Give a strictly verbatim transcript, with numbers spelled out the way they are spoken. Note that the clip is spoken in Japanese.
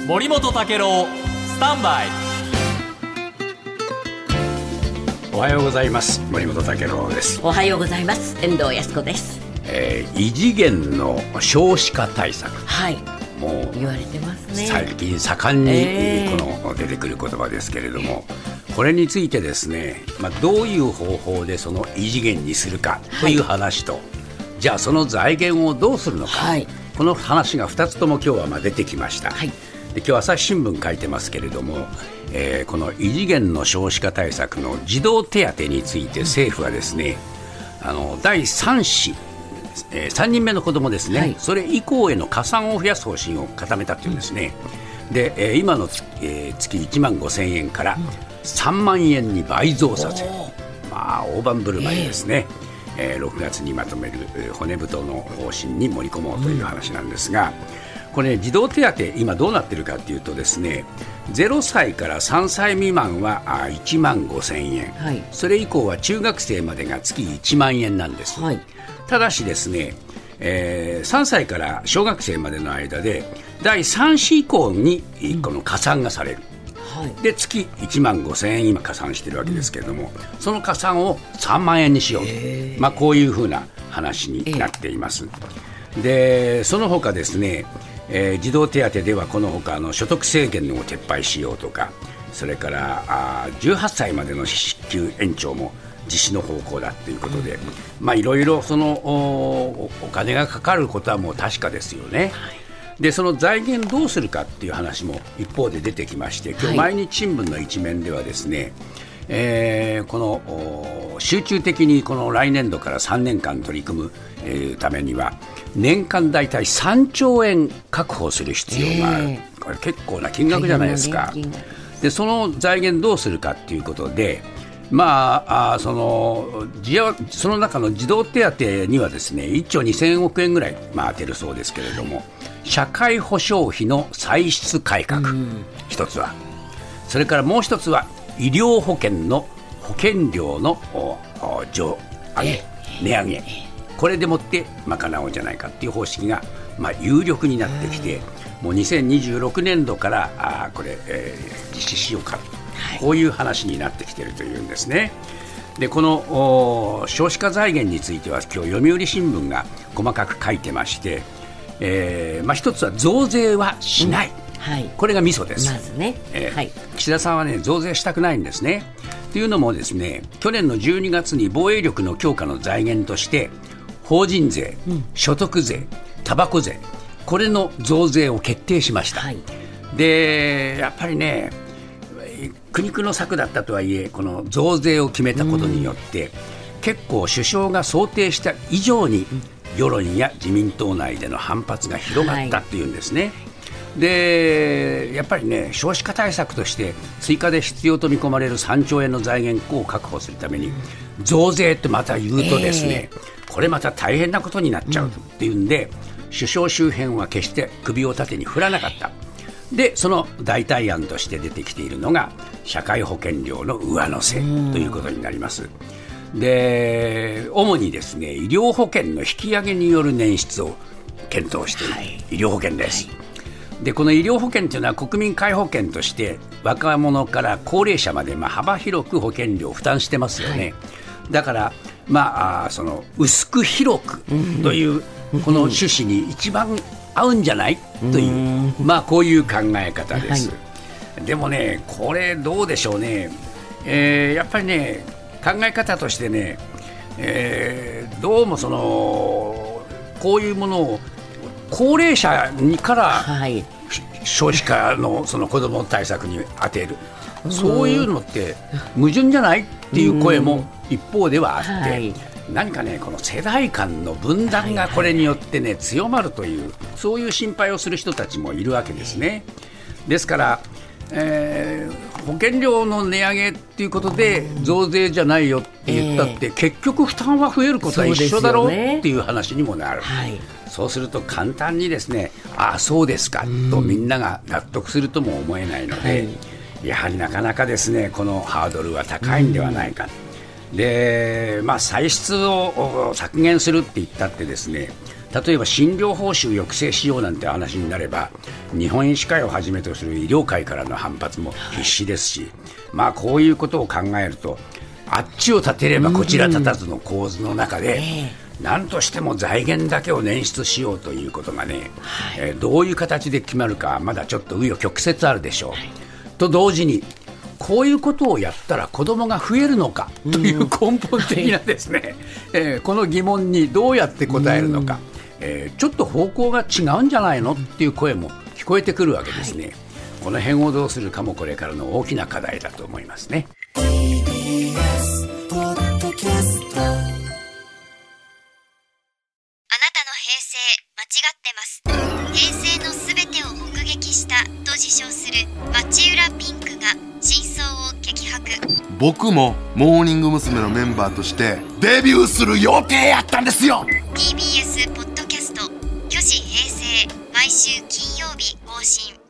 森本武郎スタンバイ。 おはようございます。森本武郎です。 おはようございます。遠藤康子です。 えー、異次元の少子化対策、 はい、 もう言われてますね。 最近盛んに、 えー、 この出てくる言葉ですけれども、これについてですね、まあ、どういう方法でその異次元にするかという話と、はい、じゃあその財源をどうするのか、はい、この話がふたつとも今日はまあ出てきました、はい、で今日朝日新聞書いてますけれども、えー、この異次元の少子化対策の児童手当について政府はですね、あのだいさん子、えー、さんにんめの子どもですね、はい、それ以降への加算を増やす方針を固めたというんですね。で、えー、今の月、えー、月いちまんごせんえんからさんまんえんに倍増させる、まあ、大盤振る舞いですね、えーえー、ろくがつにまとめる、えー、骨太の方針に盛り込もうという話なんですが、これ、ね、児童手当今どうなってるかというとですね、ゼロさいからさんさい未満はいちまんごせんえん、はい、それ以降は中学生までが月いちまんえんなんです、はい、ただしですね、えー、さんさいから小学生までの間でだいさん子以降にこの加算がされる、うんはい、で月いちまんごせんえん今加算してるわけですけれども、うん、その加算をさんまんえんにしようと、まあ、こういうふうな話になっています。でその他ですね、えー、児童手当ではこのほかの所得制限を撤廃しようとか、それからあじゅうはっさいまでの支給延長も実施の方向だということで、まあいろいろその お, お金がかかることはもう確かですよね、はい、でその財源どうするかっていう話も一方で出てきまして、今日毎日新聞の一面ではですね、はいえー、この集中的にこの来年度からさんねんかん取り組む、えー、ためには年間だいたいさんちょうえん確保する必要がある、えー、これ結構な金額じゃないですか。でその財源どうするかということで、まあ、あそのその中の児童手当にはですねいっちょうにせんおくえんぐらい、まあ、当てるそうですけれども、はい、社会保障費の歳出改革、一つは、それからもう一つは医療保険の保険料の上上げ、値上げ、これでもって賄おうじゃないかっていう方式が、まあ、有力になってきて、もうにせんにじゅうろくねんどからあこれ、えー、実施しようか、はい、こういう話になってきているというんですね。でこの少子化財源については今日読売新聞が細かく書いてまして、えーまあ、一つは増税はしない、うんはい、これがミソです、 まずねえーはい、 岸田さんは、ね、増税したくないんですね。というのもですね、去年のじゅうにがつに防衛力の強化の財源として法人税、うん、所得税、たばこ税、これの増税を決定しました、はい、でやっぱりね苦肉の策だったとはいえこの増税を決めたことによって、うん、結構首相が想定した以上に世論や自民党内での反発が広がったっていうんですね、はいでやっぱりね少子化対策として追加で必要と見込まれるさんちょうえんの財源を確保するために増税ってまた言うとですね、えー、これまた大変なことになっちゃうっていうんで、うん、首相周辺は決して首を縦に振らなかった。でその代替案として出てきているのが社会保険料の上乗せということになります。で主にですね医療保険の引き上げによる捻出を検討している、はい、医療保険です、はいでこの医療保険というのは国民皆保険として若者から高齢者までまあ幅広く保険料を負担してますよね、はい、だから、まあ、あその薄く広くというこの趣旨に一番合うんじゃないという、まあ、こういう考え方です、はい、でもねこれどうでしょうね、えー、やっぱりね考え方としてね、えー、どうもそのこういうものを高齢者にから、はい、少子化 の, その子ども対策に当てる、そういうのって矛盾じゃないっていう声も一方ではあって、はい、何かねこの世代間の分断がこれによってね強まるというそういう心配をする人たちもいるわけですね。ですから、えー、保険料の値上げっていうことで増税じゃないよって言ったって、えー、結局負担は増えることは一緒だろうっていう話にもなる。そうすると簡単にですねああそうですかとみんなが納得するとも思えないので、はい、やはりなかなかですねこのハードルは高いんではないか。で、まあ、歳出を削減するって言ったってですね例えば診療報酬抑制しようなんて話になれば、日本医師会をはじめとする医療界からの反発も必至ですし、まあこういうことを考えると、あっちを立てればこちら立たずの構図の中で、何としても財源だけを捻出しようということがね、えー、どういう形で決まるかまだちょっと紆余曲折あるでしょう、はい、と同時にこういうことをやったら子どもが増えるのかという根本的なですね、うんえー、この疑問にどうやって答えるのか、えー、ちょっと方向が違うんじゃないのっていう声も聞こえてくるわけですね、はい、この辺をどうするかもこれからの大きな課題だと思いますね。ティービーエス ポッドキャスト。あなたの平成間違ってます。平成のすべてを目撃したと自称する町浦ピンクが真相を激白。 僕もモーニング娘。のメンバーとしてデビューする予定やったんですよ。 ティービーエス ポッドキャスト、巨子平成、毎週金曜日更新。